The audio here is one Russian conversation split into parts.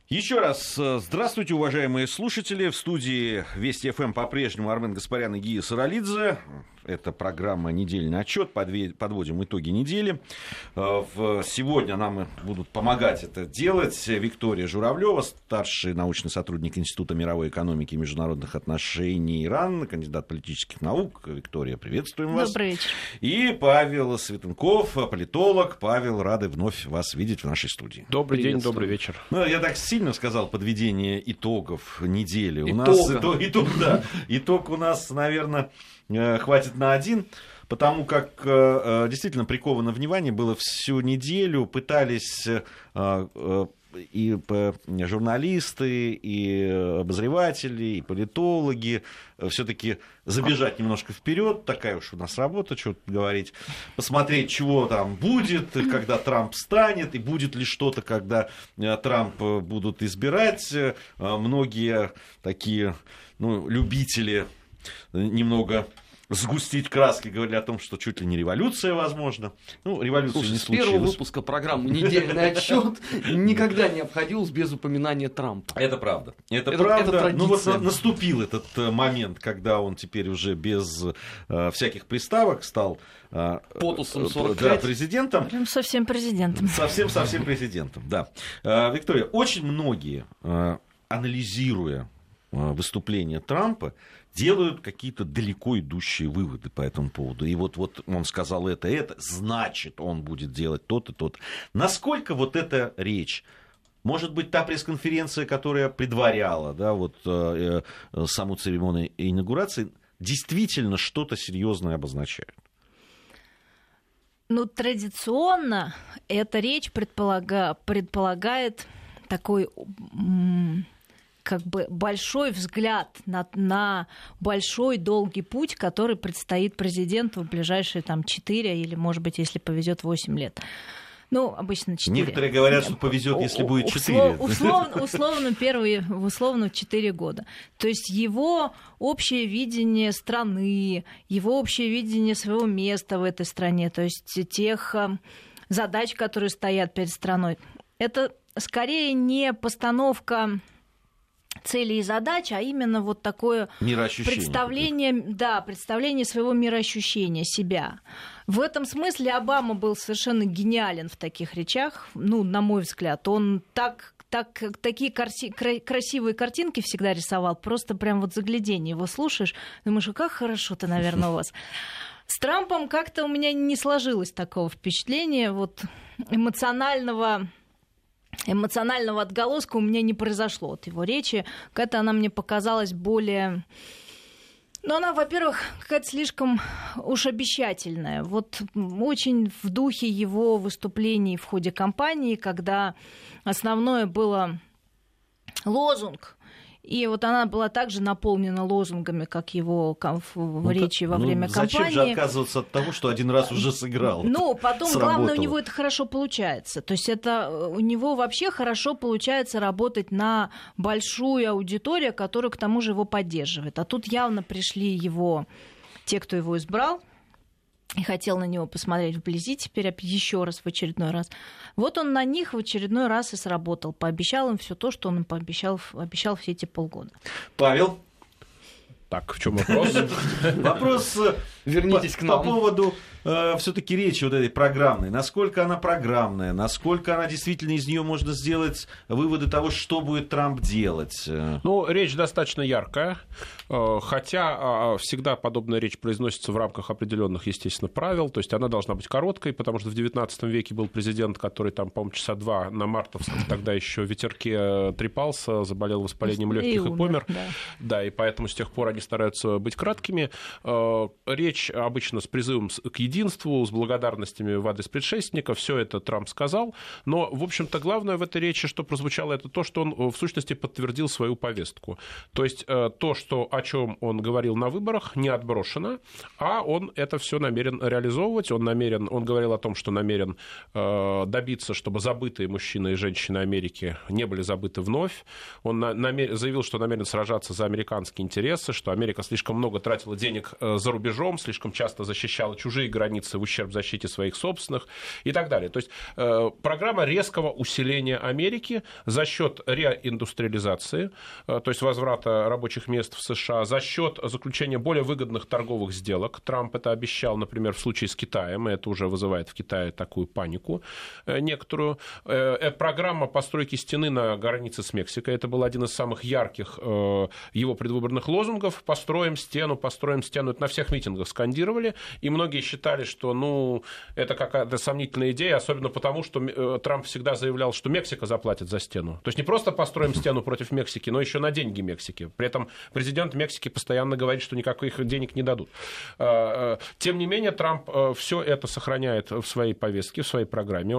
Еще раз здравствуйте, уважаемые слушатели. В студии Вести ФМ по-прежнему Армен Гаспарян и Гия Саралидзе. Это программа «Недельный отчет». Подводим итоги недели. Сегодня нам будут помогать это делать Виктория Журавлева, старший научный сотрудник Института мировой экономики и международных отношений ИРАН, кандидат политических наук. Виктория, приветствуем вас. Добрый вечер. И Павел Светенков, политолог. Павел, рады вновь вас видеть в нашей студии. Добрый день, добрый вечер. Я так сильно сказал подведение итогов недели. Итог у нас, наверное, хватит на один, потому как действительно приковано внимание было всю неделю, пытались и журналисты, и обозреватели, и политологи все-таки забежать немножко вперед, такая уж у нас работа, что говорить, посмотреть, чего там будет, когда Трамп станет, и будет ли что-то, когда Трамп будут избирать. Многие такие любители немного сгустить краски, говорили о том, что чуть ли не революция возможна. Революция не случилась. С первого выпуска программы «Недельный отчет» никогда не обходилось без упоминания Трампа. Это правда. Это традиция. Наступил этот момент, когда он теперь уже без всяких приставок стал Потусом 45. Президентом. Прям совсем президентом. Совсем президентом, да. Виктория, очень многие, анализируя выступление Трампа, делают какие-то далеко идущие выводы по этому поводу. И вот он сказал это, значит, он будет делать то-то, то-то. Насколько вот эта речь, может быть, та пресс-конференция, которая предваряла саму церемонию инаугурации, действительно что-то серьезное обозначает? Традиционно эта речь предполагает такой большой взгляд на большой долгий путь, который предстоит президенту в ближайшие 4 или, может быть, если повезет, 8 лет. Обычно 4. Некоторые говорят, что повезет, если будет 4. Условно 4 года. То есть его общее видение страны, его общее видение своего места в этой стране, то есть тех задач, которые стоят перед страной, это скорее не постановка целей и задач, а именно такое представление своего мироощущения, себя. В этом смысле Обама был совершенно гениален в таких речах, на мой взгляд. Он такие красивые картинки всегда рисовал, просто прям загляденье. Его слушаешь, думаешь, как хорошо-то, наверное, у вас. С Трампом как-то у меня не сложилось такого впечатления, эмоционального отголоска у меня не произошло от его речи. Какая-то она мне показалась более... она, во-первых, какая-то слишком уж обещательная. Очень в духе его выступлений в ходе кампании, когда основное было лозунг. И она была также наполнена лозунгами, как его речи во время кампании. Зачем же отказываться от того, что один раз уже сыграл? Потом, главное, у него это хорошо получается. То есть у него вообще хорошо получается работать на большую аудиторию, которая к тому же его поддерживает. А тут явно пришли те, кто его избрал, и хотел на него посмотреть вблизи теперь еще раз, в очередной раз. Он на них в очередной раз и сработал. Пообещал им все то, что он им обещал все эти полгода. Павел? Так, в чем вопрос? Вопрос вернитесь к нам. По поводу все-таки речи этой программной. Насколько она программная, насколько она действительно из нее можно сделать выводы того, что будет Трамп делать? Речь достаточно яркая, хотя всегда подобная речь произносится в рамках определенных, естественно, правил. То есть она должна быть короткой, потому что в XIX веке был президент, который по-моему, часа 2 на мартовском тогда еще ветерке трепался, заболел воспалением легких и помер. Да, и поэтому с тех пор они стараются быть краткими. Речь обычно с призывом к единству, с благодарностями в адрес предшественника. Все это Трамп сказал. Но, в общем-то, главное в этой речи, что прозвучало, это то, что он в сущности подтвердил свою повестку. То есть то, о чем он говорил на выборах, не отброшено, а он это все намерен реализовывать. Он говорил о том, что намерен добиться, чтобы забытые мужчины и женщины Америки не были забыты вновь. Он заявил, что намерен сражаться за американские интересы, что Америка слишком много тратила денег за рубежом, слишком часто защищала чужие границы в ущерб защите своих собственных и так далее. То есть программа резкого усиления Америки за счет реиндустриализации, то есть возврата рабочих мест в США, за счет заключения более выгодных торговых сделок. Трамп это обещал, например, в случае с Китаем, и это уже вызывает в Китае такую панику некоторую. Программа постройки стены на границе с Мексикой, это был один из самых ярких его предвыборных лозунгов. Построим стену. Это на всех митингах скандировали, и многие считали, что это какая-то сомнительная идея, особенно потому, что Трамп всегда заявлял, что Мексика заплатит за стену. То есть не просто построим стену против Мексики, но еще на деньги Мексики. При этом президент Мексики постоянно говорит, что никаких денег не дадут. Тем не менее, Трамп все это сохраняет в своей повестке, в своей программе.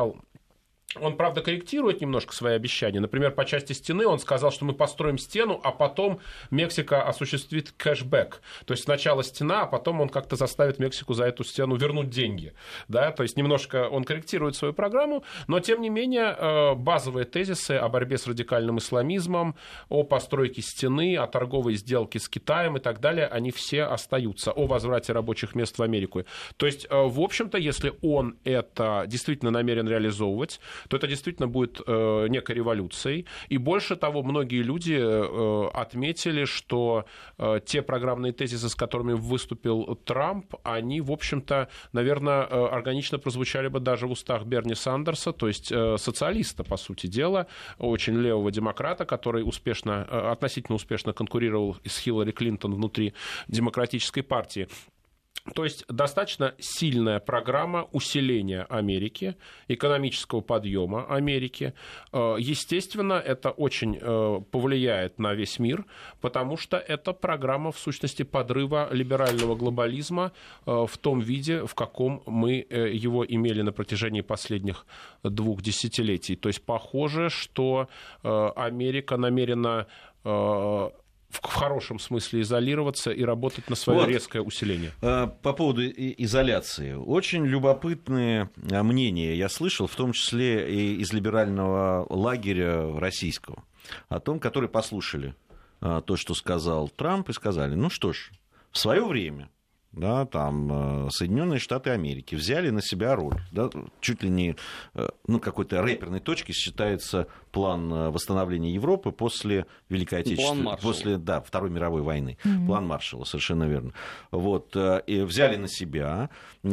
Он, правда, корректирует немножко свои обещания. Например, по части стены он сказал, что мы построим стену, а потом Мексика осуществит кэшбэк. То есть сначала стена, а потом он как-то заставит Мексику за эту стену вернуть деньги. Да? То есть немножко он корректирует свою программу, но, тем не менее, базовые тезисы о борьбе с радикальным исламизмом, о постройке стены, о торговой сделке с Китаем и так далее, они все остаются. О возврате рабочих мест в Америку. То есть, в общем-то, если он это действительно намерен реализовывать, то это действительно будет некой революцией. И больше того, многие люди отметили, что те программные тезисы, с которыми выступил Трамп, они, в общем-то, наверное, органично прозвучали бы даже в устах Берни Сандерса, то есть социалиста, по сути дела, очень левого демократа, который относительно успешно конкурировал с Хиллари Клинтон внутри демократической партии. То есть достаточно сильная программа усиления Америки, экономического подъема Америки. Естественно, это очень повлияет на весь мир, потому что это программа, в сущности, подрыва либерального глобализма в том виде, в каком мы его имели на протяжении последних 2 десятилетий. То есть похоже, что Америка намерена в хорошем смысле изолироваться и работать на свое резкое усиление. По поводу изоляции. Очень любопытные мнения я слышал, в том числе и из либерального лагеря российского, о том, которые послушали то, что сказал Трамп, и сказали, ну что ж, в свое время Соединенные Штаты Америки взяли на себя роль. Чуть ли не какой-то рэперной точкой считается план восстановления Европы после Великой Отечественной, после Второй мировой войны. План Маршалла, совершенно верно. И взяли на себя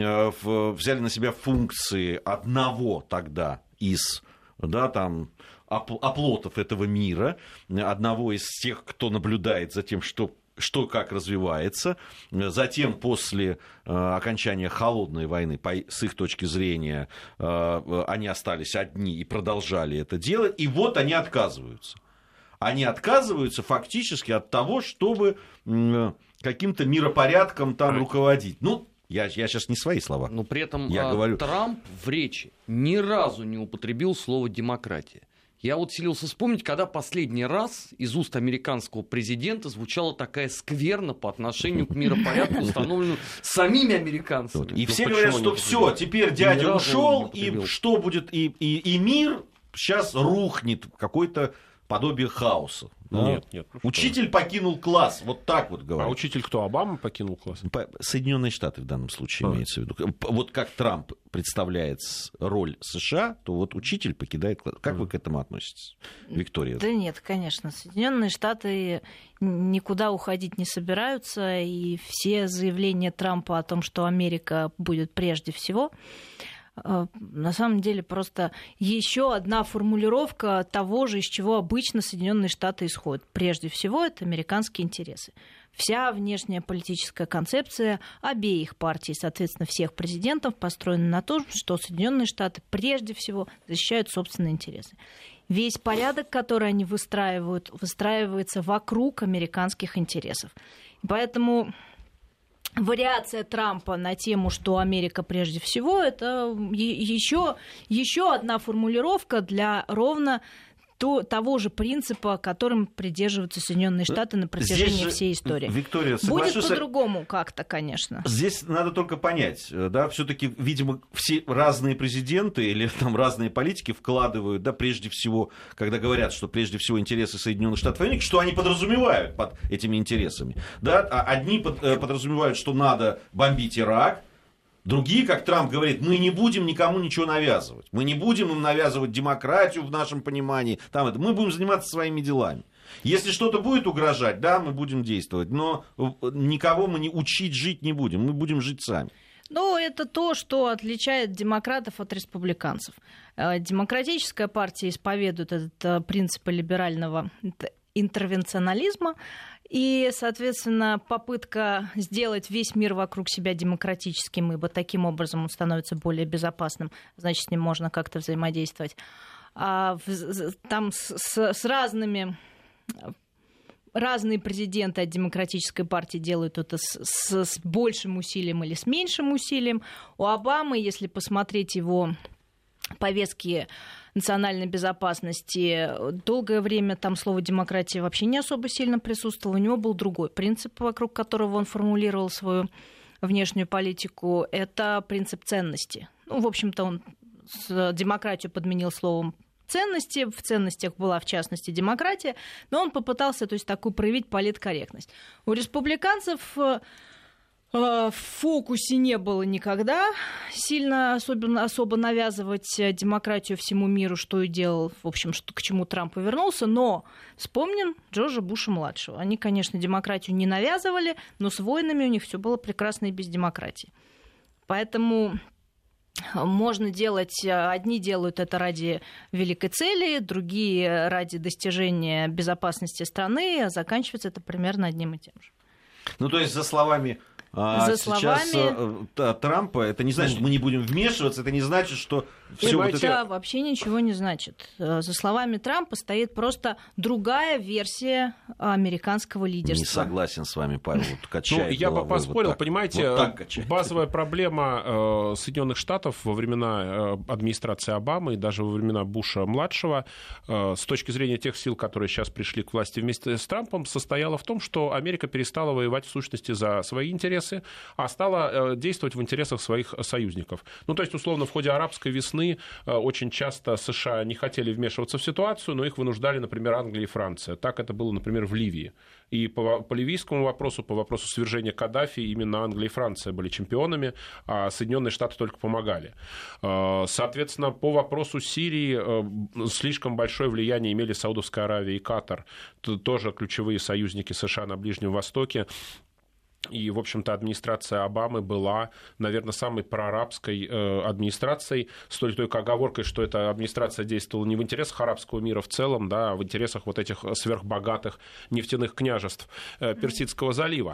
функции одного тогда из оплотов этого мира, одного из тех, кто наблюдает за тем, что как развивается. Затем, после окончания холодной войны, с их точки зрения, они остались одни и продолжали это делать. И вот они отказываются. Они отказываются фактически от того, чтобы каким-то миропорядком там руководить. Я сейчас не свои слова. Но при этом говорю... Трамп в речи ни разу не употребил слово «демократия». Я селился вспомнить, когда последний раз из уст американского президента звучала такая скверна по отношению к миропорядку, установленному самими американцами. И все говорят, что все, теперь дядя ушел, и что будет, и мир сейчас рухнет в какое-то подобие хаоса. Нет. Учитель покинул класс, вот так вот говорят. А учитель кто? Обама покинул класс? Соединенные Штаты в данном случае имеется в виду. Вот как Трамп представляет роль США, то вот учитель покидает класс. Как вы к этому относитесь, Виктория? Да нет, конечно. Соединенные Штаты никуда уходить не собираются, и все заявления Трампа о том, что Америка будет прежде всего, на самом деле просто еще одна формулировка того же, из чего обычно Соединенные Штаты исходят. Прежде всего, это американские интересы. Вся внешняя политическая концепция обеих партий, соответственно, всех президентов, построена на том, что Соединенные Штаты прежде всего защищают собственные интересы. Весь порядок, который они выстраивается вокруг американских интересов. Поэтому вариация Трампа на тему, что Америка прежде всего, это еще одна формулировка для ровно того же принципа, которым придерживаются Соединенные Штаты на протяжении всей истории. Виктория, будет по-другому как-то, конечно. Здесь надо только понять, да, все-таки, видимо, все разные президенты или там разные политики вкладывают, да, прежде всего, когда говорят, что прежде всего интересы Соединенных Штатов Америки, что они подразумевают под этими интересами. Да? Одни подразумевают, что надо бомбить Ирак. Другие, как Трамп говорит, мы не будем никому ничего навязывать. Мы не будем им навязывать демократию в нашем понимании. Мы будем заниматься своими делами. Если что-то будет угрожать, да, мы будем действовать. Но никого мы учить жить не будем. Мы будем жить сами. Ну, это то, что отличает демократов от республиканцев. Демократическая партия исповедует этот принцип либерального интервенционализма. И, соответственно, попытка сделать весь мир вокруг себя демократическим, ибо таким образом он становится более безопасным, значит, с ним можно как-то взаимодействовать. Там разные президенты от демократической партии делают это с большим усилием или с меньшим усилием. У Обамы, если посмотреть его повестки национальной безопасности, долгое время там слово «демократия» вообще не особо сильно присутствовало. У него был другой принцип, вокруг которого он формулировал свою внешнюю политику. Это принцип ценности. Ну, в общем-то, он демократию подменил словом ценности. В ценностях была, в частности, демократия. Но он попытался, то есть, такую проявить политкорректность. У республиканцев в фокусе не было никогда сильно особо навязывать демократию всему миру, что и делал, в общем, к чему Трамп повернулся. Но вспомним Джорджа Буша-младшего. Они, конечно, демократию не навязывали, но с войнами у них все было прекрасно и без демократии. Поэтому можно делать, одни делают это ради великой цели, другие ради достижения безопасности страны, а заканчивается это примерно одним и тем же. Ну, то есть, за словами Трампа, это не значит, что мы не будем вмешиваться, это не значит, что все вот это... Да, вообще ничего не значит. За словами Трампа стоит просто другая версия американского лидерства. Не согласен с вами, Павел. Ну, я бы поспорил, понимаете, базовая проблема Соединенных Штатов во времена администрации Обамы и даже во времена Буша-младшего, с точки зрения тех сил, которые сейчас пришли к власти вместе с Трампом, состояла в том, что Америка перестала воевать в сущности за свои интересы, а стала действовать в интересах своих союзников. Ну, то есть, условно, в ходе арабской весны очень часто США не хотели вмешиваться в ситуацию, но их вынуждали, например, Англия и Франция. Так это было, например, в Ливии. И по ливийскому вопросу, по вопросу свержения Каддафи, именно Англия и Франция были чемпионами, а Соединенные Штаты только помогали. Соответственно, по вопросу Сирии слишком большое влияние имели Саудовская Аравия и Катар, тоже ключевые союзники США на Ближнем Востоке. И, в общем-то, администрация Обамы была, наверное, самой проарабской администрацией, с той только оговоркой, что эта администрация действовала не в интересах арабского мира в целом, да, а в интересах вот этих сверхбогатых нефтяных княжеств Персидского залива.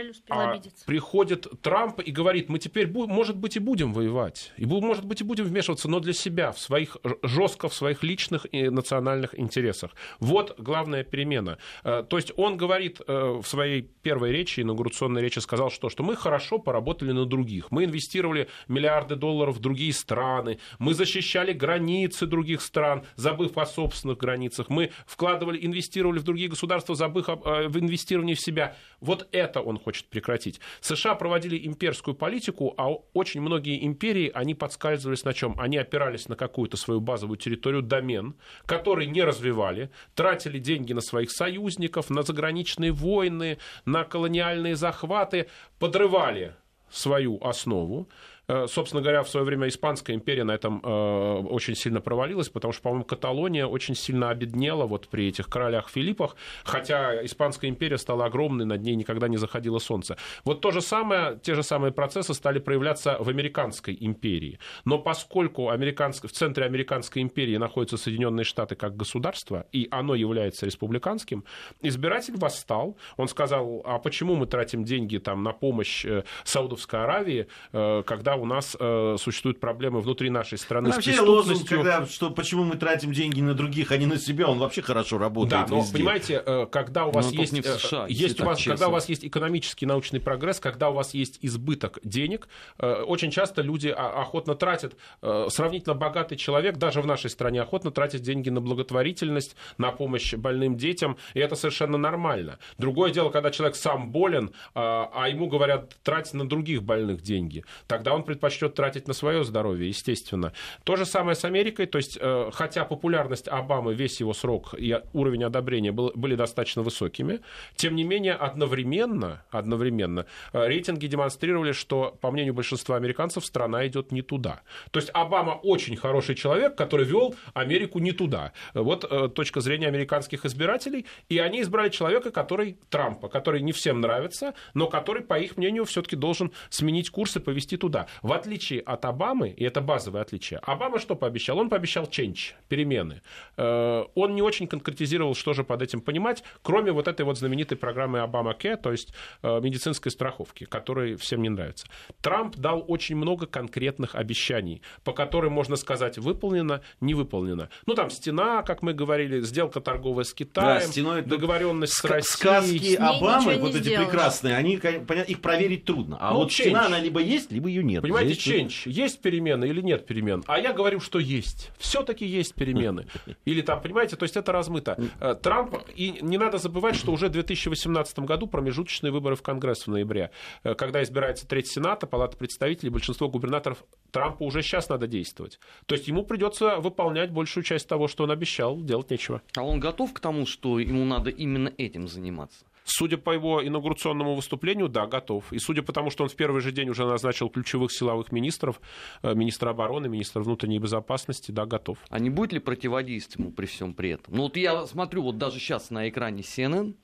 Приходит Трамп и говорит, мы теперь, может быть, и будем воевать, и, может быть, и будем вмешиваться, но для себя, жестко в своих личных и национальных интересах. Вот главная перемена. То есть он говорит в своей первой речи, инаугурационной речи, сказал, что мы хорошо поработали на других. Мы инвестировали миллиарды долларов в другие страны, мы защищали границы других стран, забыв о собственных границах, мы инвестировали в другие государства, забыв в инвестировании в себя. Вот это он хочет прекратить. США проводили имперскую политику, а очень многие империи, они подскальзывались на чем? Они опирались на какую-то свою базовую территорию, домен, который не развивали, тратили деньги на своих союзников, на заграничные войны, на колониальные захваты, подрывали свою основу. Собственно говоря, в свое время Испанская империя на этом очень сильно провалилась, потому что, по-моему, Каталония очень сильно обеднела вот при этих королях Филиппах, хотя Испанская империя стала огромной, над ней никогда не заходило солнце. Вот те же самые процессы стали проявляться в Американской империи. Но поскольку в центре Американской империи находятся Соединенные Штаты как государство, и оно является республиканским, избиратель восстал. Он сказал, а почему мы тратим деньги там, на помощь Саудовской Аравии, когда когда у нас существуют проблемы внутри нашей страны с вообще преступностью. лозунг, что почему мы тратим деньги на других, а не на себя, он вообще хорошо работает. Да, но везде. понимаете, когда у вас есть когда у вас есть экономический научный прогресс, когда у вас есть избыток денег, очень часто люди охотно тратят, сравнительно богатый человек, даже в нашей стране охотно тратит деньги на благотворительность, на помощь больным детям, и это совершенно нормально. Другое дело, когда человек сам болен, а ему говорят, трать на других больных деньги. Тогда он предпочтет тратить на свое здоровье, естественно. То же самое с Америкой, то есть, хотя популярность Обамы, весь его срок и уровень одобрения были достаточно высокими, тем не менее, одновременно рейтинги демонстрировали, что, по мнению большинства американцев, страна идет не туда. То есть Обама очень хороший человек, который вел Америку не туда. Вот точка зрения американских избирателей, и они избрали человека, Трампа, который не всем нравится, но который, по их мнению, все-таки должен сменить курс и повести туда. В отличие от Обамы, и это базовое отличие, Обама что пообещал? Он пообещал change, перемены. Он не очень конкретизировал, что же под этим понимать, кроме вот этой вот знаменитой программы Obamacare, то есть медицинской страховки, которая всем не нравится. Трамп дал очень много конкретных обещаний, по которым можно сказать, выполнено, не выполнено. Ну, там стена, как мы говорили, сделка торговая с Китаем, договоренность с Россией. Сказки Обамы, вот эти прекрасные, они, понятно, их проверить трудно. А вот стена, она либо есть, либо ее нет. Понимаете, change, есть перемены или нет перемен? А я говорю, что есть. Все-таки есть перемены. Или там, понимаете, то есть это размыто. Трамп, и не надо забывать, что уже в 2018 году промежуточные выборы в Конгресс в ноябре, когда избирается треть Сената, Палата представителей, большинство губернаторов, Трампу уже сейчас надо действовать. То есть ему придется выполнять большую часть того, что он обещал, делать нечего. А он готов к тому, что ему надо именно этим заниматься? Судя по его инаугурационному выступлению, да, готов. И судя по тому, что он в первый же день уже назначил ключевых силовых министров, министра обороны, министра внутренней безопасности, да, готов. А не будет ли противодействия ему при всем при этом? Ну вот я смотрю вот даже сейчас на экране CNN,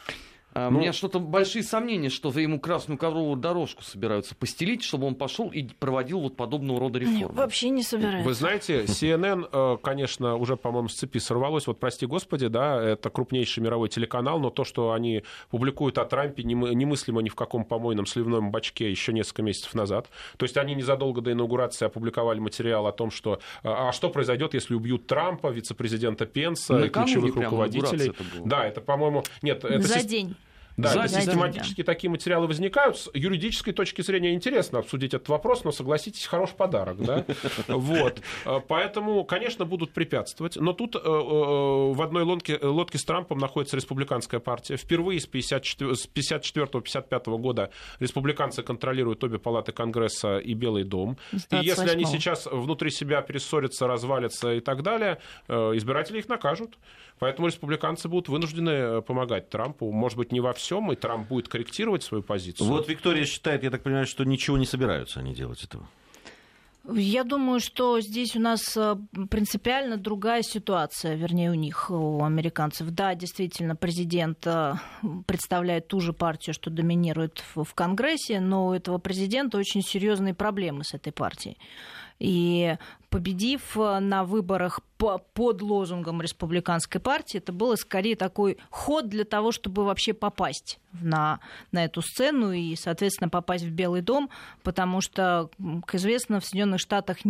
у меня что-то большие сомнения, что ему красную ковровую дорожку собираются постелить, чтобы он пошел и проводил вот подобного рода реформы. Нет, вообще не собираются. Вы знаете, CNN, конечно, уже, по-моему, с цепи сорвалось. Вот, прости господи, да, это крупнейший мировой телеканал, но то, что они публикуют о Трампе, немыслимо ни в каком помойном сливном бачке еще несколько месяцев назад. То есть они незадолго до инаугурации опубликовали материал о том, что что произойдет, если убьют Трампа, вице-президента Пенса и ключевых руководителей. Да, это, по-моему... Нет, это за день. Да, систематически такие материалы возникают. С юридической точки зрения интересно обсудить этот вопрос, но, согласитесь, хороший подарок. Да? Вот. Поэтому, конечно, будут препятствовать. Но тут в одной лодке с Трампом находится республиканская партия. Впервые с 1954-1955 года республиканцы контролируют обе палаты Конгресса и Белый дом. И если они сейчас внутри себя перессорятся, развалятся и так далее, избиратели их накажут. Поэтому республиканцы будут вынуждены помогать Трампу. Может быть, не во всем, и Трамп будет корректировать свою позицию. Вот Виктория считает, я так понимаю, что ничего не собираются они делать этого. Я думаю, что здесь у нас принципиально другая ситуация, вернее, у них, у американцев. Да, действительно, президент представляет ту же партию, что доминирует в Конгрессе, но у этого президента очень серьезные проблемы с этой партией. И победив на выборах под лозунгом республиканской партии, это было скорее такой ход для того, чтобы вообще попасть на эту сцену и, соответственно, попасть в Белый дом, потому что, как известно, в Соединенных Штатах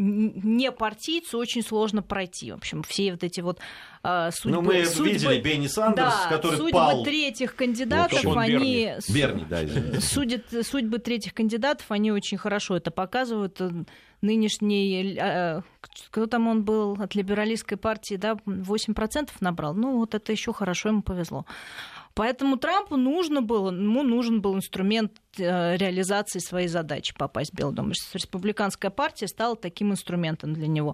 не партийцу очень сложно пройти. В общем, все вот эти вот судьбы... Ну, мы видели Берни Сандерс, который судьбы пал. Судьбы третьих кандидатов, они... Берни, да, судьбы третьих кандидатов, они очень хорошо это показывают. Нынешний, кто там он был, от либералистской партии, да, 8% набрал. Ну, вот это еще хорошо, ему повезло. Поэтому Трампу нужен был инструмент реализации своей задачи попасть в Белый дом. Республиканская партия стала таким инструментом для него.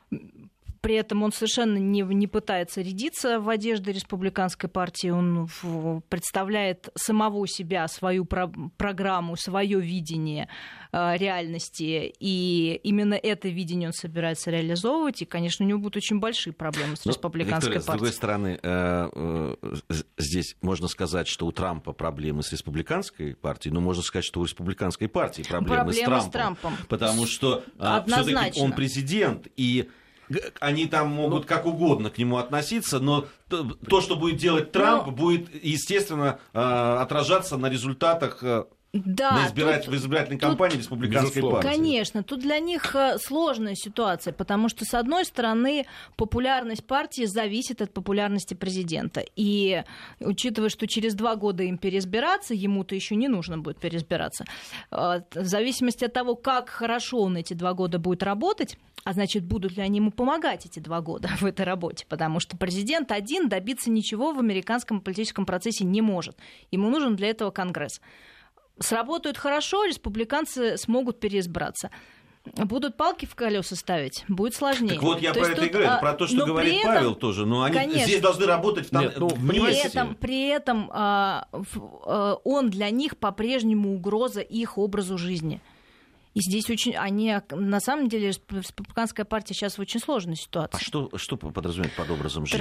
При этом он совершенно не пытается рядиться в одежде республиканской партии. Он представляет самого себя, свою программу, свое видение реальности. И именно это видение он собирается реализовывать. И, конечно, у него будут очень большие проблемы с республиканской Виктория, партией. с другой стороны, здесь можно сказать, что у Трампа проблемы с республиканской партией, но можно сказать, что у республиканской партии проблемы с Трампом. Потому что все-таки он президент, и они там могут как угодно к нему относиться, но то, что будет делать Трамп, будет, естественно, отражаться на результатах Да, в избирательной кампании республиканской партии. Конечно, тут для них сложная ситуация, потому что, с одной стороны, популярность партии зависит от популярности президента. И учитывая, что через 2 года им переизбираться, ему-то еще не нужно будет переизбираться, в зависимости от того, как хорошо он эти 2 года будет работать, а значит, будут ли они ему помогать эти 2 года в этой работе, потому что президент один добиться ничего в американском политическом процессе не может. Ему нужен для этого Конгресс. Сработают хорошо, республиканцы смогут переизбраться. Будут палки в колеса ставить, будет сложнее. Так вот, я про это и говорю, это про то, что говорит Павел тоже. Но они здесь должны работать вместе. При этом он для них по-прежнему угроза их образу жизни. И здесь на самом деле, республиканская партия сейчас в очень сложной ситуации. А что подразумевает под образом жизни?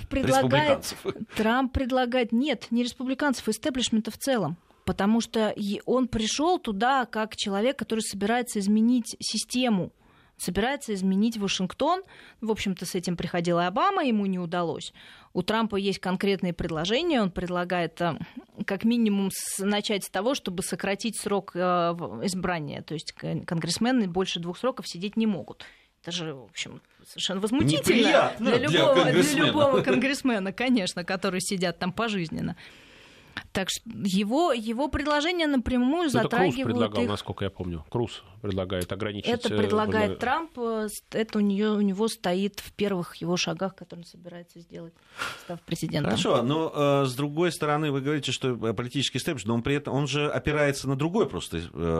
Трамп предлагает, нет, не республиканцев, истеблишмента в целом. Потому что он пришел туда как человек, который собирается изменить систему, собирается изменить Вашингтон. В общем-то, с этим приходил и Обама, ему не удалось. У Трампа есть конкретные предложения. Он предлагает как минимум начать с того, чтобы сократить срок избрания. То есть конгрессмены больше 2 сроков сидеть не могут. Это же, в общем, совершенно возмутительно для любого конгрессмена, конечно, которые сидят там пожизненно. Так что его предложение напрямую затрагивают. Круз предлагал, насколько я помню. Круз предлагает ограничить. Это предлагает Трамп. Это у него стоит в первых его шагах, которые он собирается сделать, став президентом. Хорошо, но с другой стороны, вы говорите, что политический истеблишмент, но он при этом он же опирается на другой просто,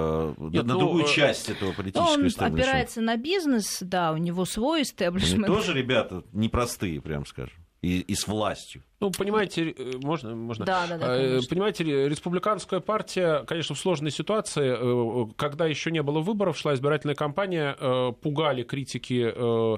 другую часть этого политического истеблишмента. Он опирается на бизнес, да, у него свой истеблишмент. Они тоже ребята непростые, прям скажем, и с властью. Ну, понимаете, можно? Да, понимаете, республиканская партия, конечно, в сложной ситуации, когда еще не было выборов, шла избирательная кампания, пугали критики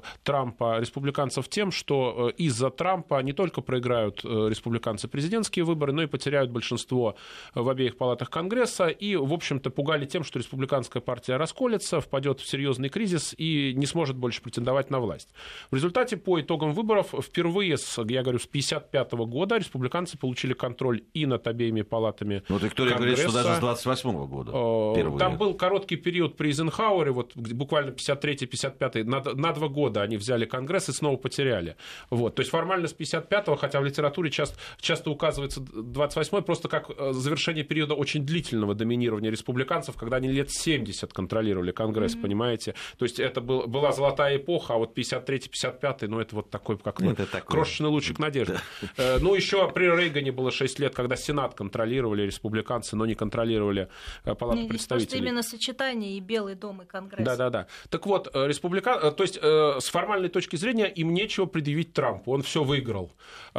Трампа республиканцев тем, что из-за Трампа не только проиграют республиканцы президентские выборы, но и потеряют большинство в обеих палатах Конгресса, и, в общем-то, пугали тем, что республиканская партия расколется, впадет в серьезный кризис и не сможет больше претендовать на власть. В результате, по итогам выборов, впервые, с 1955 года республиканцы получили контроль и над обеими палатами Конгресса. Виктория говорит, что даже с 28 года. Там был короткий период при Эйзенхауэре, вот буквально 53-55, на 2 года они взяли Конгресс и снова потеряли. Вот. То есть формально с 55-го, хотя в литературе часто указывается 28-й, просто как завершение периода очень длительного доминирования республиканцев, когда они лет 70 контролировали Конгресс, понимаете? То есть это была золотая эпоха, а вот 53-55, это вот такой, как крошечный лучик надежды. Ну, еще при Рейгане было 6 лет, когда Сенат контролировали республиканцы, но не контролировали Палату представителей. Просто именно сочетание и Белый дом, и Конгресс. Да. Так вот, то есть с формальной точки зрения им нечего предъявить Трампу, он все выиграл.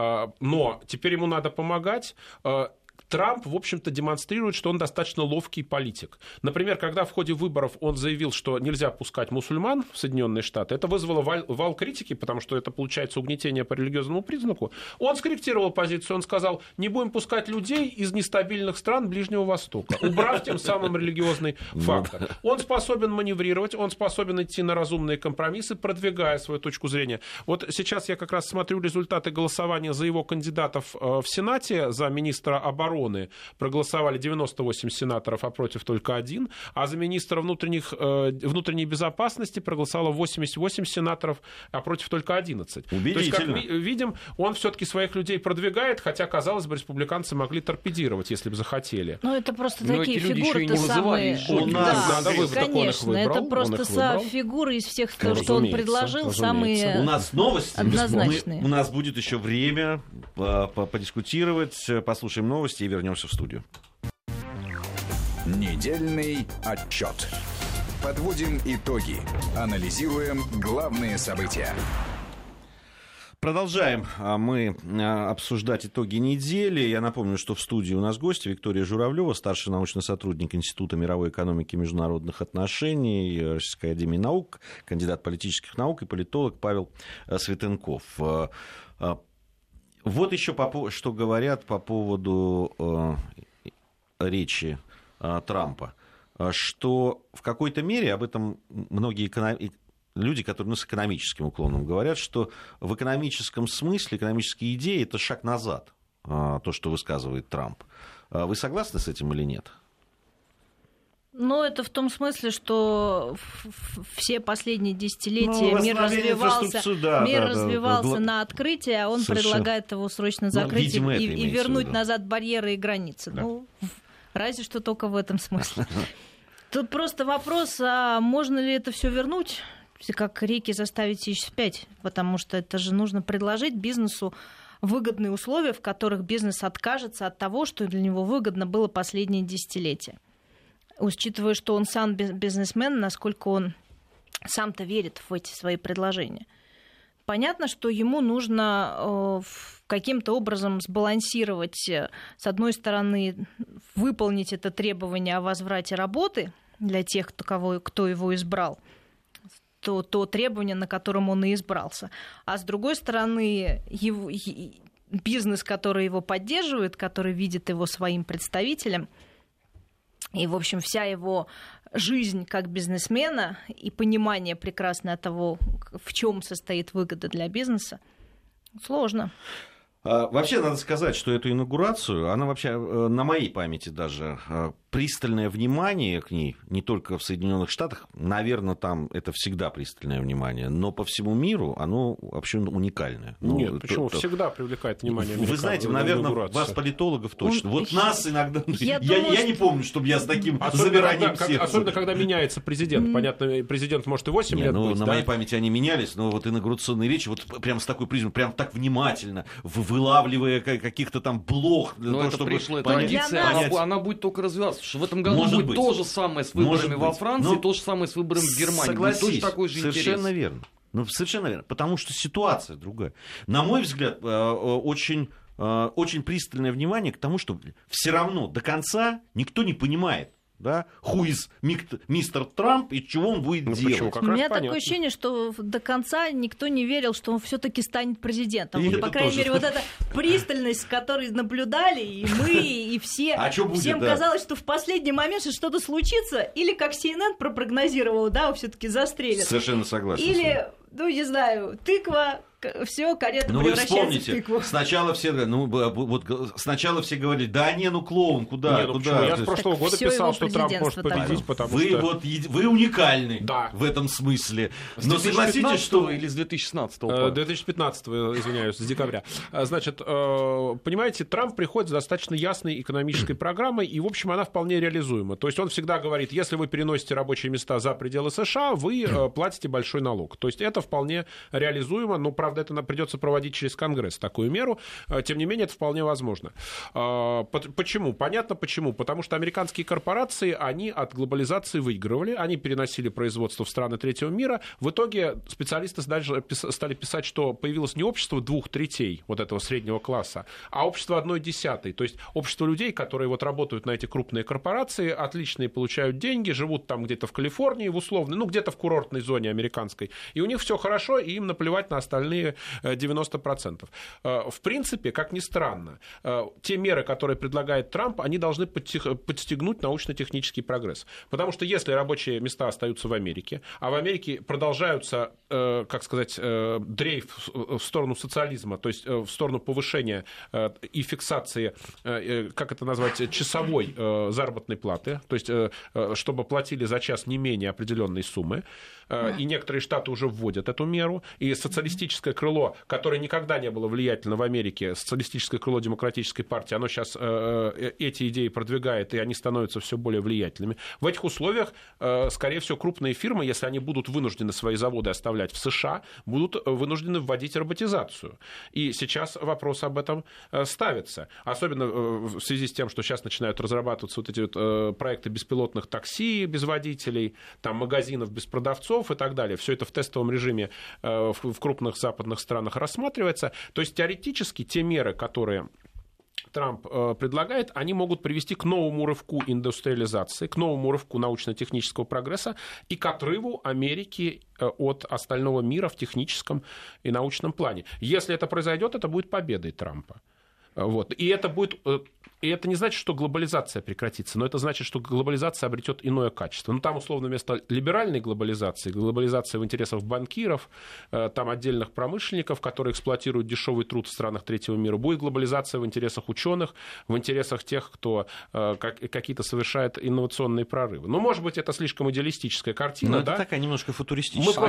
Но теперь ему надо помогать. Трамп, в общем-то, демонстрирует, что он достаточно ловкий политик. Например, когда в ходе выборов он заявил, что нельзя пускать мусульман в Соединенные Штаты, это вызвало вал критики, потому что это, получается, угнетение по религиозному признаку. Он скорректировал позицию, он сказал, не будем пускать людей из нестабильных стран Ближнего Востока, убрав тем самым религиозный фактор. Он способен маневрировать, он способен идти на разумные компромиссы, продвигая свою точку зрения. Вот сейчас я как раз смотрю результаты голосования за его кандидатов в Сенате, за министра обороны. Проголосовали 98 сенаторов, а против только 1. А за министра внутренней безопасности проголосовало 88 сенаторов, а против только 11. Убедительно. То есть, как мы видим, он все-таки своих людей продвигает, хотя, казалось бы, республиканцы могли торпедировать, если бы захотели. Ну, это просто такие фигуры-то самые... Конечно, это просто фигуры из всех, что он предложил, самые у нас новости. Однозначные. У нас будет еще время подискутировать, послушаем новости и вернемся в студию. Недельный отчет. Подводим итоги. Анализируем главные события. Продолжаем мы обсуждать итоги недели. Я напомню, что в студии у нас гость Виктория Журавлева, старший научный сотрудник Института мировой экономики и международных отношений Российской академии наук, кандидат политических наук и политолог Павел Светенков. Вот еще что говорят по поводу речи Трампа, что в какой-то мере об этом многие люди, которые с экономическим уклоном, говорят, что в экономическом смысле, экономические идеи – это шаг назад, то, что высказывает Трамп. Вы согласны с этим или нет? Ну, это в том смысле, что все последние десятилетия мир развивался на открытие, а он предлагает его срочно закрыть и вернуть назад барьеры и границы. Да. Ну, разве что только в этом смысле. Тут просто вопрос, а можно ли это все вернуть, как реки заставить течь вспять? Потому что это же нужно предложить бизнесу выгодные условия, в которых бизнес откажется от того, что для него выгодно было последние десятилетия. Учитывая, что он сам бизнесмен, насколько он сам-то верит в эти свои предложения. Понятно, что ему нужно каким-то образом сбалансировать, с одной стороны, выполнить это требование о возврате работы для тех, кто его избрал, то требование, на котором он и избрался. А с другой стороны, бизнес, который его поддерживает, который видит его своим представителем, и, в общем, вся его жизнь как бизнесмена и понимание прекрасное того, в чем состоит выгода для бизнеса, сложно. Вообще, надо сказать, что эту инаугурацию, она вообще на моей памяти даже, пристальное внимание к ней, не только в Соединенных Штатах, наверное, там это всегда пристальное внимание, но по всему миру оно вообще уникальное. Нет, почему? Всегда привлекает внимание американцев. Вы знаете, наверное, вас, политологов, точно. Вот нас иногда... Я не помню, чтобы я с таким забиранием сердца. Особенно, когда меняется президент. Понятно, президент может и 8 лет быть. На моей памяти они менялись, но вот инаугурационные речи, вот прям с такой призмой, прям так внимательно, вылавливая каких-то там блох. Но это пришло, традиция, она будет только развиваться. Что в этом году будет то же самое с выборами во Франции, то же самое с выборами в Германии. Согласись, будет точно такой же совершенно интерес. Верно. Ну, совершенно верно. Потому что ситуация другая. На мой взгляд, очень пристальное внимание к тому, что все равно до конца никто не понимает, да, who is мистер Трамп и чего он будет делать. У меня такое ощущение, что до конца никто не верил, что он все-таки станет президентом. Вот, по крайней мере, вот эта пристальность, с которой наблюдали и мы, и все. Всем казалось, что в последний момент что-то случится, или как CNN пропрогнозировал, да, все-таки застрелят. Совершенно согласен. Или, не знаю, тыква. Все, карета превращается в тыкву. Сначала все говорили, клоун, куда? Я с прошлого года писал, что Трамп может победить, потому что... Вы уникальны в этом смысле. Но согласитесь, что... Или с 2016-го? 2015-го, извиняюсь, с декабря. Значит, понимаете, Трамп приходит с достаточно ясной экономической программой, и, в общем, она вполне реализуема. То есть он всегда говорит, если вы переносите рабочие места за пределы США, вы платите большой налог. То есть это вполне реализуемо, но, правда, это придется проводить через Конгресс, такую меру. Тем не менее, это вполне возможно. Почему? Понятно почему. Потому что американские корпорации, они от глобализации выигрывали, они переносили производство в страны третьего мира. В итоге специалисты дальше стали писать, что появилось не общество 2/3 вот этого среднего класса, а общество 1/10. То есть общество людей, которые вот работают на эти крупные корпорации, отличные получают деньги, живут там где-то в Калифорнии, в условной, где-то в курортной зоне американской, и у них все хорошо, и им наплевать на остальные 90%. В принципе, как ни странно, те меры, которые предлагает Трамп, они должны подстегнуть научно-технический прогресс. Потому что если рабочие места остаются в Америке, а в Америке продолжаются, дрейф в сторону социализма, то есть в сторону повышения и фиксации, как это назвать, часовой заработной платы, то есть чтобы платили за час не менее определенной суммы, и некоторые штаты уже вводят эту меру, и социалистическое крыло, которое никогда не было влиятельно в Америке, социалистическое крыло Демократической партии, оно сейчас эти идеи продвигает, и они становятся все более влиятельными. В этих условиях, скорее всего, крупные фирмы, если они будут вынуждены свои заводы оставлять в США, будут вынуждены вводить роботизацию. И сейчас вопрос об этом ставится. Особенно в связи с тем, что сейчас начинают разрабатываться вот эти вот проекты беспилотных такси без водителей, там, магазинов без продавцов и так далее. Все это в тестовом режиме в крупных западных странах рассматривается. То есть теоретически те меры, которые Трамп предлагает, они могут привести к новому рывку индустриализации, к новому рывку научно-технического прогресса и к отрыву Америки от остального мира в техническом и научном плане. Если это произойдет, это будет победой Трампа. Вот. И это будет И это не значит, что глобализация прекратится, но это значит, что глобализация обретет иное качество. Ну, там, условно, вместо либеральной глобализации в интересах банкиров, там отдельных промышленников, которые эксплуатируют дешевый труд в странах третьего мира, будет глобализация в интересах ученых, в интересах тех, кто какие-то совершает инновационные прорывы. Ну, может быть, это слишком идеалистическая картина. Но да? это такая немножко футуристическая. Мы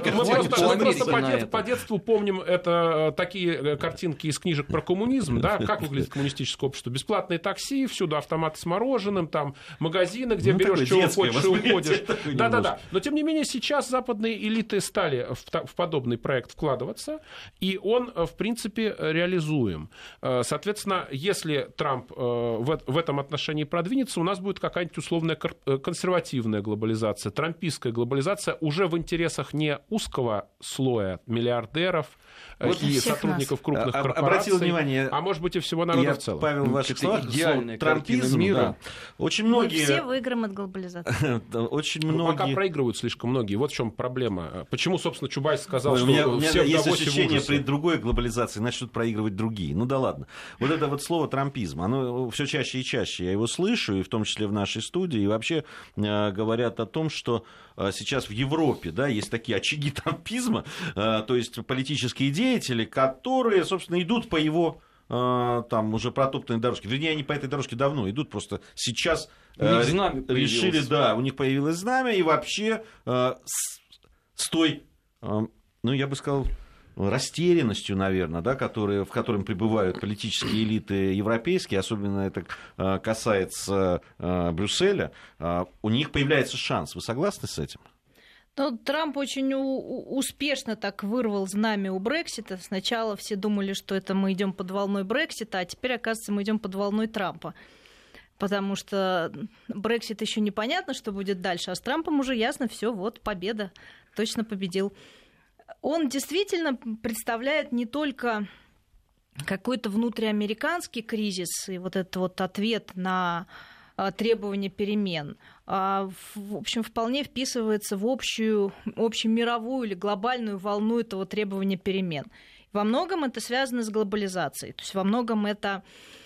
просто по детству помним это такие картинки из книжек про коммунизм, да, как выглядит коммунистическое общество. Бесплатные такси, всюду автоматы с мороженым, там магазины, где берешь чего хочешь и уходишь. Да-да-да. Но, тем не менее, сейчас западные элиты стали в подобный проект вкладываться, и он, в принципе, реализуем. Соответственно, если Трамп в этом отношении продвинется, у нас будет какая-нибудь условная консервативная глобализация, трампистская глобализация уже в интересах не узкого слоя миллиардеров и сотрудников крупных корпораций, внимание, а может быть и всего народа в целом. Павел, в ваших словах, идеальная трампизм мира. Да. Очень многие... Мы все выиграем от глобализации. Очень многие... Пока проигрывают слишком многие. Вот в чем проблема. Почему, собственно, Чубайс сказал, что у меня все в есть Давосе ощущение, в ужасе. при другой глобализации начнут проигрывать другие. Ну да ладно. Вот это вот слово трампизм, оно все чаще и чаще я его слышу, и в том числе в нашей студии, и вообще говорят о том, что сейчас в Европе, да, есть такие очаги трампизма, то есть политические деятели, которые, собственно, идут по его там уже протоптанной дорожке. Вернее, они по этой дорожке давно идут, просто сейчас решили, да, у них появилось знамя, и вообще с той, ну, я бы сказал, растерянностью, наверное, да, в котором пребывают политические элиты европейские, особенно это касается Брюсселя, у них появляется шанс. Вы согласны с этим? Ну, Трамп очень успешно так вырвал знамя у Брексита. Сначала все думали, что это мы идем под волной Брексита, а теперь, оказывается, мы идем под волной Трампа. Потому что Брексит еще непонятно, что будет дальше, а с Трампом уже ясно, все, вот победа, точно победил. Он действительно представляет не только какой-то внутриамериканский кризис и вот этот вот ответ на требования перемен, а, в общем, вполне вписывается в общую мировую или глобальную волну этого требования перемен. Во многом это связано с глобализацией, то есть во многом это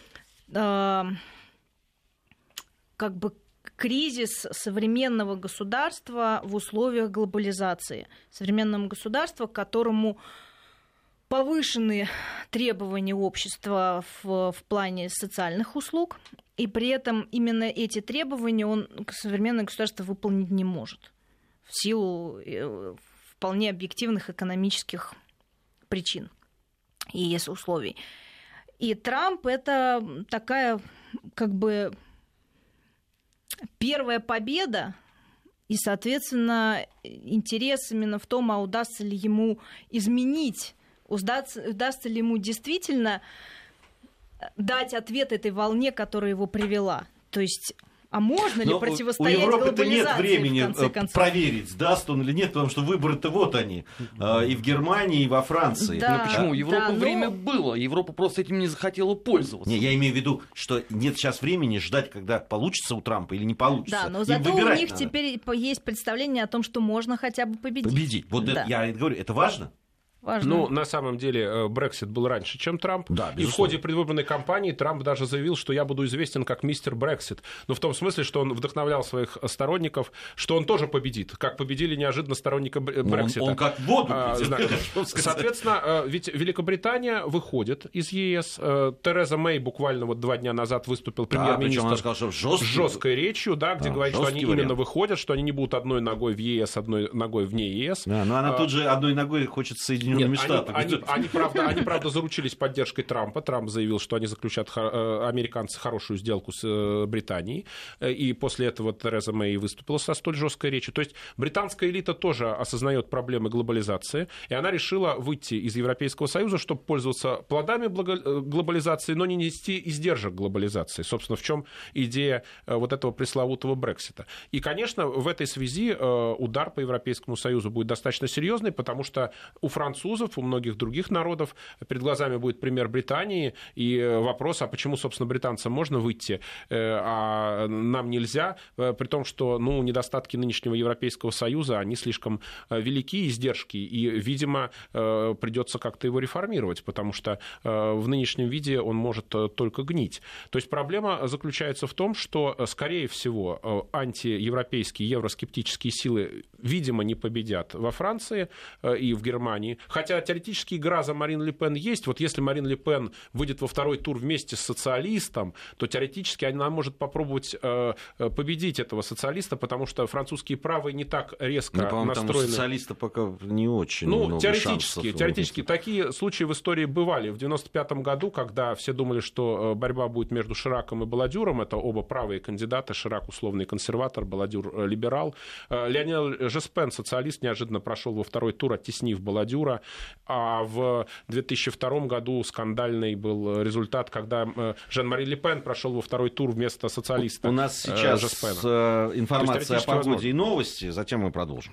как бы кризис современного государства в условиях глобализации. Современного государства, к которому повышены требования общества в плане социальных услуг, и при этом именно эти требования современное государство выполнить не может в силу вполне объективных экономических причин и условий. И Трамп — это такая как бы первая победа, и, соответственно, интерес именно в том, а удастся ли ему изменить, удастся ли ему действительно дать ответ этой волне, которая его привела. То есть, а можно ли противостоять глобализации? У Европы-то нет времени в конце концов проверить, даст он или нет, потому что выборы-то вот они, и в Германии, и во Франции. Да, почему? У Европы время было, Европа просто этим не захотела пользоваться. Не, я имею в виду, что нет сейчас времени ждать, когда получится у Трампа или не получится. Да, но зато у них теперь есть представление о том, что можно хотя бы победить. Вот да. Я говорю, это важно. Важно. Ну, на самом деле, Брексит был раньше, чем Трамп. Да, и в ходе предвыборной кампании Трамп даже заявил, что я буду известен как мистер Брексит. Но в том смысле, что он вдохновлял своих сторонников, что он тоже победит, как победили неожиданно сторонника Брексита. Он как в воду. Соответственно, ведь Великобритания выходит из ЕС. Тереза Мэй буквально вот 2 дня назад выступил премьер-министр с жесткой речью, да, где говорит, что они именно выходят, что они не будут одной ногой в ЕС, одной ногой вне ЕС. Да, но она тут же одной ногой хочет соединить. Нет, они, правда, заручились поддержкой Трампа. Трамп заявил, что они заключат, американцы, хорошую сделку с Британией. И после этого Тереза Мэй выступила со столь жесткой речью. То есть британская элита тоже осознает проблемы глобализации. И она решила выйти из Европейского Союза, чтобы пользоваться плодами глобализации, но не нести издержек глобализации. Собственно, в чем идея вот этого пресловутого Брексита. И, конечно, в этой связи удар по Европейскому Союзу будет достаточно серьезный, потому что у Франции французов, у многих других народов. Перед глазами будет пример Британии и вопрос, а почему, собственно, британцам можно выйти, а нам нельзя, при том, что недостатки нынешнего Европейского Союза, они слишком велики, издержки, и, видимо, придется как-то его реформировать, потому что в нынешнем виде он может только гнить. То есть проблема заключается в том, что, скорее всего, антиевропейские, евроскептические силы, видимо, не победят во Франции и в Германии. Хотя теоретически игра за Марин Ле Пен есть. Вот если Марин Ле Пен выйдет во второй тур вместе с социалистом, то теоретически она может попробовать победить этого социалиста, потому что французские правые не так резко настроены. Там у социалиста пока не очень много шансов. Теоретически. Такие случаи в истории бывали. В 1995 году, когда все думали, что борьба будет между Шираком и Баладюром, это оба правые кандидаты, Ширак условный консерватор, Баладюр либерал, Леонель Жоспен, социалист, неожиданно прошел во второй тур, оттеснив Баладюра, а в 2002 году скандальный был результат, когда Жан-Мари Ле Пен прошел во второй тур вместо социалиста. У нас сейчас Жоспена. Информация о погоде и новости, затем мы продолжим.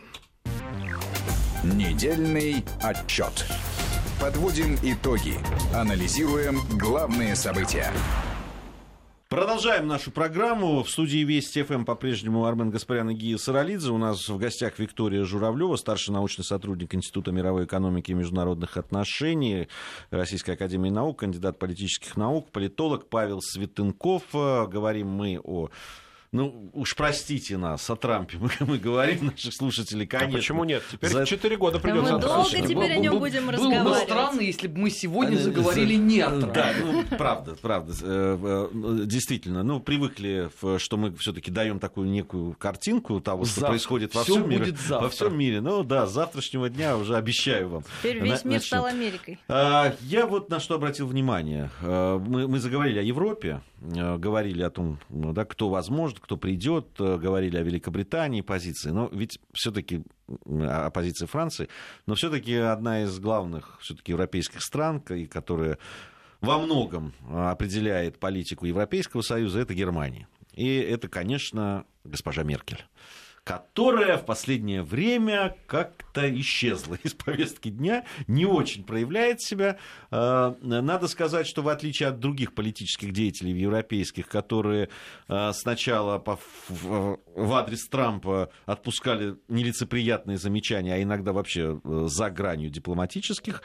Недельный отчет. Подводим итоги. Анализируем главные события. Продолжаем нашу программу. В студии Вести ФМ по-прежнему Армен Гаспарян и Гия Саралидзе. У нас в гостях Виктория Журавлева, старший научный сотрудник Института мировой экономики и международных отношений Российской академии наук, кандидат политических наук, политолог Павел Светенков. Говорим мы о... уж простите нас, о Трампе мы говорим, наших слушателей, конечно. А почему нет? Теперь 4 года придется. Мы долго теперь о нем будем разговаривать. Было бы странно, если бы мы сегодня заговорили не о Трампе. Да, правда. Действительно, привыкли, что мы все-таки даем такую некую картинку того, что происходит во всем мире. Во всем мире. С завтрашнего дня уже обещаю вам. Теперь весь мир стал Америкой. Я вот на что обратил внимание. Мы заговорили о Европе, говорили о том, кто возможно, кто придет, говорили о Великобритании, позиции, но ведь все-таки о позиции Франции, но все-таки одна из главных все-таки европейских стран, которая во многом определяет политику Европейского Союза, это Германия. И это, конечно, госпожа Меркель, которая в последнее время как-то исчезла из повестки дня, не очень проявляет себя. Надо сказать, что в отличие от других политических деятелей европейских, которые сначала в адрес Трампа отпускали нелицеприятные замечания, а иногда вообще за гранью дипломатических,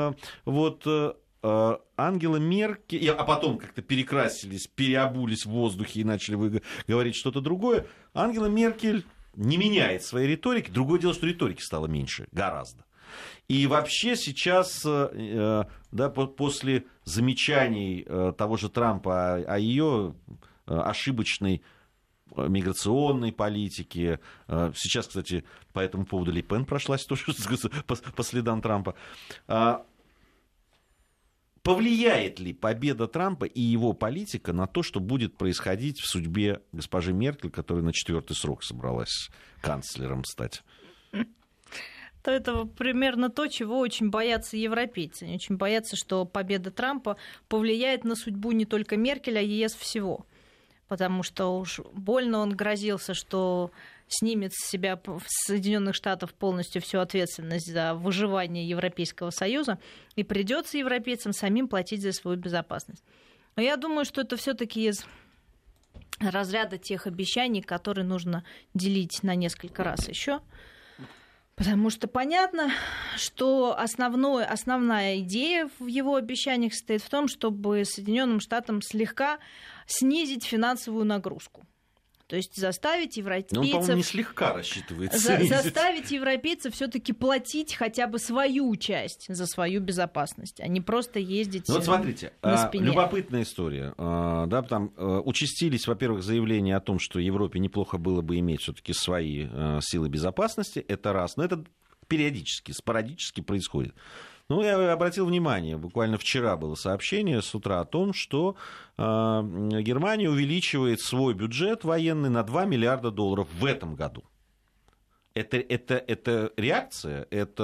Ангела Меркель, а потом как-то перекрасились, переобулись в воздухе и начали говорить что-то другое, Ангела Меркель не меняет своей риторики. Другое дело, что риторики стало меньше, гораздо. И вообще сейчас, после замечаний того же Трампа о ее ошибочной миграционной политике, сейчас, кстати, по этому поводу Ле Пен прошлась тоже по следам Трампа, повлияет ли победа Трампа и его политика на то, что будет происходить в судьбе госпожи Меркель, которая на 4-й срок собралась канцлером стать? То это примерно то, чего очень боятся европейцы. Они очень боятся, что победа Трампа повлияет на судьбу не только Меркель, а ЕС всего. Потому что уж больно он грозился, что снимет с себя Соединенных Штатов полностью всю ответственность за выживание Европейского Союза, и придется европейцам самим платить за свою безопасность. Но я думаю, что это все-таки из разряда тех обещаний, которые нужно делить на несколько раз еще. Потому что понятно, что основная идея в его обещаниях состоит в том, чтобы Соединенным Штатам слегка снизить финансовую нагрузку. То есть заставить европейцев... Он, по-моему, не слегка рассчитывается. Заставить европейцев все-таки платить хотя бы свою часть за свою безопасность, а не просто ездить на спине. Смотрите, любопытная история. Там участились, во-первых, заявления о том, что Европе неплохо было бы иметь все-таки свои силы безопасности. Это раз. Но это периодически, спорадически происходит. Я обратил внимание, буквально вчера было сообщение с утра о том, что Германия увеличивает свой бюджет военный на $2 миллиарда в этом году. Это реакция, это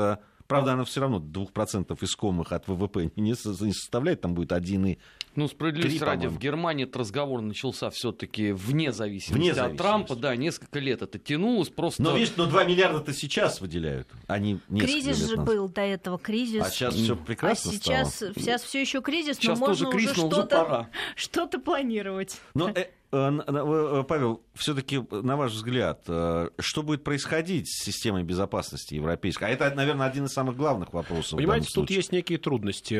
Правда, она все равно 2% искомых от ВВП не составляет, там будет 1,3. Ну, справедливости ради, в Германии этот разговор начался все-таки вне зависимости от Трампа. Да, несколько лет это тянулось просто... Но, видишь, 2 миллиарда-то сейчас выделяют, а не несколько кризис лет же назад. был до этого, кризис. А сейчас все прекрасно стало. Сейчас все еще кризис, сейчас но можно кризис, уже пора. что-то планировать. Но, Павел, все-таки, на ваш взгляд, что будет происходить с системой безопасности европейской? А это, наверное, один из самых главных вопросов. Понимаете, тут есть некие трудности.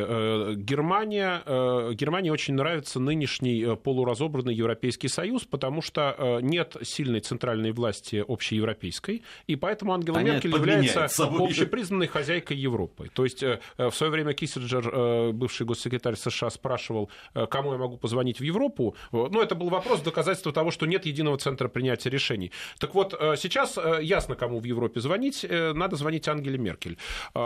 Германии очень нравится нынешний полуразобранный Европейский Союз, потому что нет сильной центральной власти общеевропейской, и поэтому Ангела Меркель является общепризнанной хозяйкой Европы. То есть в свое время Киссинджер, бывший госсекретарь США, спрашивал, кому я могу позвонить в Европу. Ну, это был вопрос, доказательство того, что нет единого центра принятия решений. Так вот, сейчас ясно, кому в Европе звонить. Надо звонить Ангеле Меркель.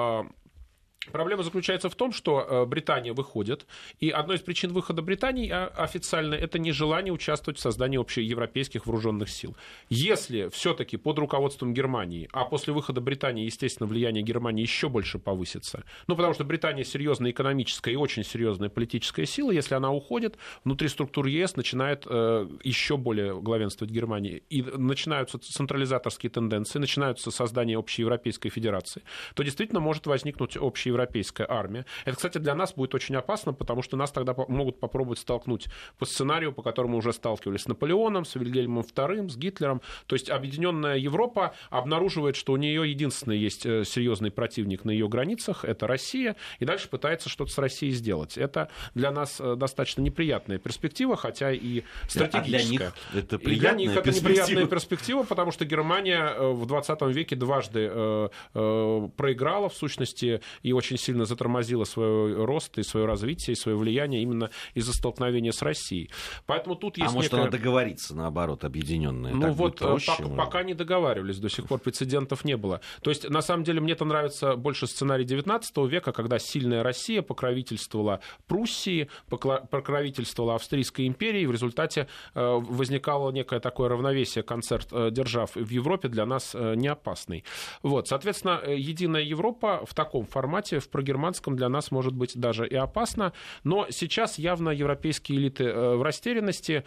Проблема заключается в том, что Британия выходит, и одной из причин выхода Британии официально это нежелание участвовать в создании общеевропейских вооруженных сил. Если все-таки под руководством Германии, а после выхода Британии, естественно, влияние Германии еще больше повысится, ну, потому что Британия серьезная экономическая и очень серьезная политическая сила, если она уходит, внутри структур ЕС начинает еще более главенствовать Германия, и начинаются централизаторские тенденции, начинаются создание общеевропейской федерации, то действительно может возникнуть общеевропейская армия. Это, кстати, для нас будет очень опасно, потому что нас тогда могут попробовать столкнуть по сценарию, по которому уже сталкивались с Наполеоном, с Вильгельмом II, с Гитлером. То есть объединенная Европа обнаруживает, что у нее единственный есть серьезный противник на ее границах, это Россия, и дальше пытается что-то с Россией сделать. Это для нас достаточно неприятная перспектива, хотя и стратегическая. Для них это неприятная перспектива, потому что Германия в 20 веке дважды проиграла, в сущности, и очень сильно затормозила свой рост и свое развитие, и свое влияние именно из-за столкновения с Россией. Поэтому тут есть может, она договорится, наоборот, объединенная? Ну вот, пока не договаривались, до сих пор прецедентов не было. То есть, на самом деле, мне-то нравится больше сценарий 19 века, когда сильная Россия покровительствовала Пруссии, покровительствовала Австрийской империи, и в результате возникало некое такое равновесие, концерт держав в Европе для нас не опасный. Вот, соответственно, единая Европа в таком формате, в прогерманском, для нас может быть даже и опасно, но сейчас явно европейские элиты в растерянности.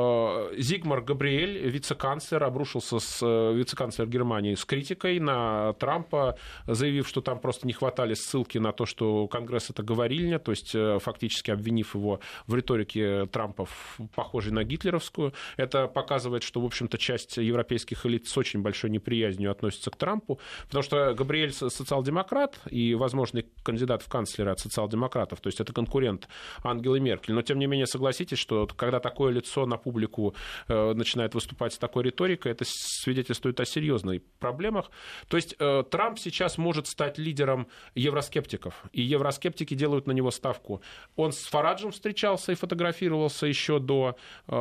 Зигмар Габриэль, вице-канцлер, обрушился вице-канцлер Германии с критикой на Трампа, заявив, что там просто не хватали ссылки на то, что Конгресс это говорильня, то есть фактически обвинив его в риторике Трампа, похожей на гитлеровскую. Это показывает, что, в общем-то, часть европейских элит с очень большой неприязнью относится к Трампу, потому что Габриэль социал-демократ и возможный кандидат в канцлеры от социал-демократов, то есть это конкурент Ангелы Меркель. Но, тем не менее, согласитесь, что когда такое лицо на публику начинает выступать с такой риторикой, это свидетельствует о серьезных проблемах. То есть Трамп сейчас может стать лидером евроскептиков, и евроскептики делают на него ставку. Он с Фараджем встречался и фотографировался еще до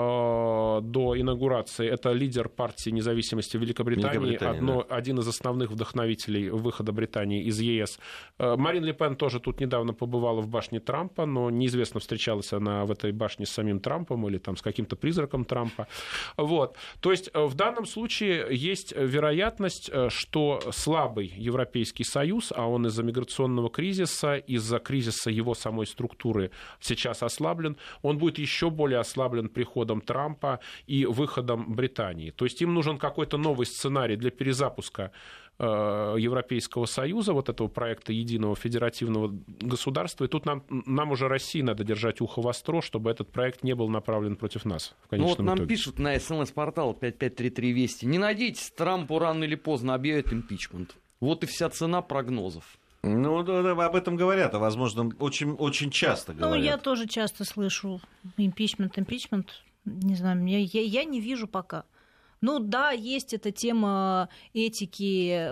инаугурации. Это лидер партии независимости Великобритании, один из основных вдохновителей выхода Британии из ЕС. Марин Ле Пен тоже тут недавно побывала в башне Трампа, но неизвестно, встречалась она в этой башне с самим Трампом или там с каким-то призраком Трампа. Вот. То есть в данном случае есть вероятность, что слабый Европейский Союз, а он из-за миграционного кризиса, из-за кризиса его самой структуры сейчас ослаблен, он будет еще более ослаблен приходом Трампа и выходом Британии. То есть им нужен какой-то новый сценарий для перезапуска Европейского Союза, вот этого проекта единого федеративного государства. И тут нам уже России надо держать ухо востро, чтобы этот проект не был направлен против нас в конечном итоге. Ну вот нам пишут на СМС-портал 5533 Вести: не надейтесь, Трампу рано или поздно объявят импичмент. Вот и вся цена прогнозов. Ну, да, об этом говорят, а, возможно, очень, очень часто говорят. Ну, я тоже часто слышу импичмент. Не знаю, я не вижу пока. Ну да, есть эта тема этики,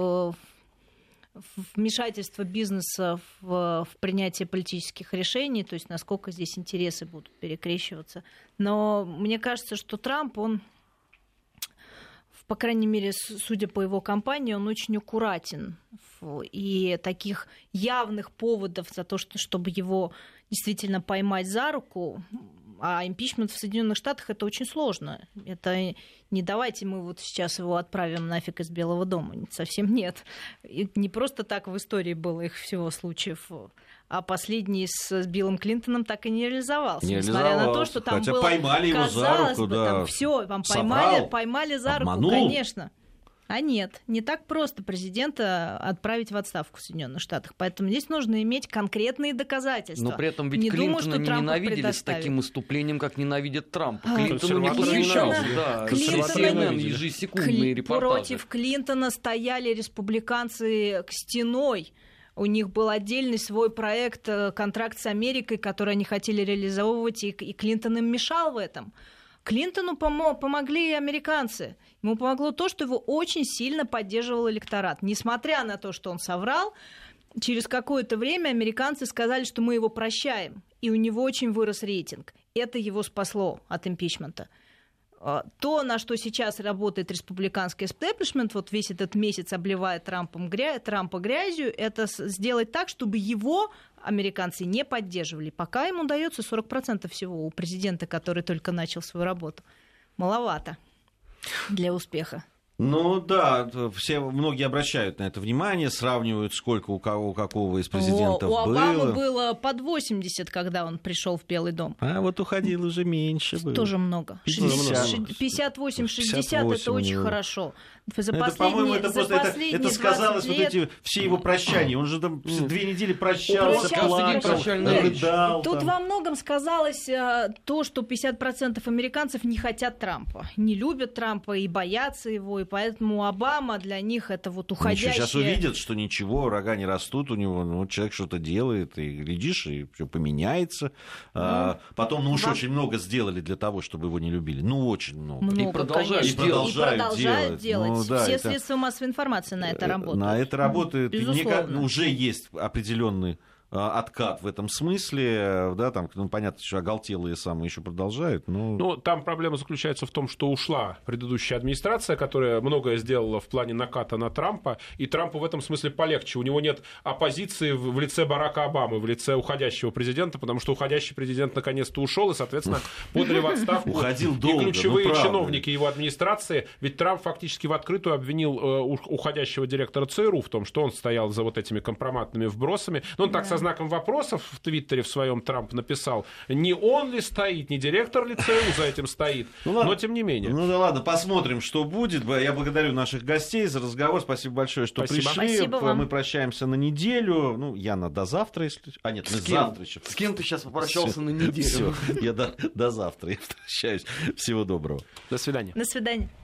вмешательства бизнеса в принятие политических решений, то есть насколько здесь интересы будут перекрещиваться. Но мне кажется, что Трамп, он, по крайней мере, судя по его кампании, он очень аккуратен. И таких явных поводов за то, чтобы его действительно поймать за руку, А импичмент в Соединенных Штатах — это очень сложно. Это не давайте мы вот сейчас его отправим нафиг из Белого дома. Совсем нет. И не просто так в истории было их всего случаев. А последний с Биллом Клинтоном так и не реализовался. Несмотря на то, что там хотя было, поймали его за руку, бы, да. там все, вам поймали за обманул. руку, конечно. А нет, не так просто президента отправить в отставку в Соединенных Штатах. Поэтому здесь нужно иметь конкретные доказательства. Но при этом ведь не Клинтона думаю, не ненавидели с таким выступлением, как ненавидят Трампа. Клинтону не посвящался. CNN ежесекундные репортажи. Против Клинтона стояли республиканцы к стеной. У них был отдельный свой проект «Контракт с Америкой», который они хотели реализовывать, и Клинтон им мешал в этом. Клинтону помогли американцы. Ему помогло то, что его очень сильно поддерживал электорат. Несмотря на то, что он соврал, через какое-то время американцы сказали, что мы его прощаем. И у него очень вырос рейтинг. Это его спасло от импичмента. То, на что сейчас работает республиканский эстеблишмент, вот весь этот месяц обливая Трампа грязью, это сделать так, чтобы его американцы не поддерживали. Пока им удается 40% всего у президента, который только начал свою работу. Маловато для успеха. Ну да, многие обращают на это внимание, сравнивают, сколько у какого из президентов было. У Обамы было под 80, когда он пришел в Белый дом. А вот уходил уже меньше. Было. Тоже много. 58-60 это очень хорошо. Это, по-моему, это сказалось вот эти все его прощания. Он же там 2 недели прощался, плакал, рыдал. Тут во многом сказалось то, что 50% американцев не хотят Трампа, не любят Трампа и боятся его, и поэтому Обама для них это вот уходящее... Сейчас увидят, что ничего, рога не растут у него, ну, человек что-то делает, и глядишь, и все поменяется. Потом, уж очень много сделали для того, чтобы его не любили. Ну, очень много. И продолжают делать. Все средства массовой информации на это работают. На это работает. Безусловно. Уже есть определенный откат в этом смысле, да, там, ну, понятно, что оголтелые самые еще продолжают, но... Ну, там проблема заключается в том, что ушла предыдущая администрация, которая многое сделала в плане наката на Трампа, и Трампу в этом смысле полегче. У него нет оппозиции в лице Барака Обамы, в лице уходящего президента, потому что уходящий президент наконец-то ушел, и, соответственно, подали в отставку уходил и долго, ключевые чиновники его администрации. Ведь Трамп фактически в открытую обвинил уходящего директора ЦРУ в том, что он стоял за вот этими компроматными вбросами. Но он так со знаком вопросов в Твиттере в своем Трамп написал, не он ли стоит, не директор ли ЦРУ за этим стоит, но тем не менее. Ну да ладно, посмотрим, что будет. Я благодарю наших гостей за разговор. Спасибо большое, что пришли. Спасибо вам. Мы прощаемся на неделю. Ну, Яна, до завтра, если... А нет, мы завтра еще. С кем ты сейчас попрощался на неделю? Я до завтра. Я прощаюсь. Всего доброго. До свидания. До свидания.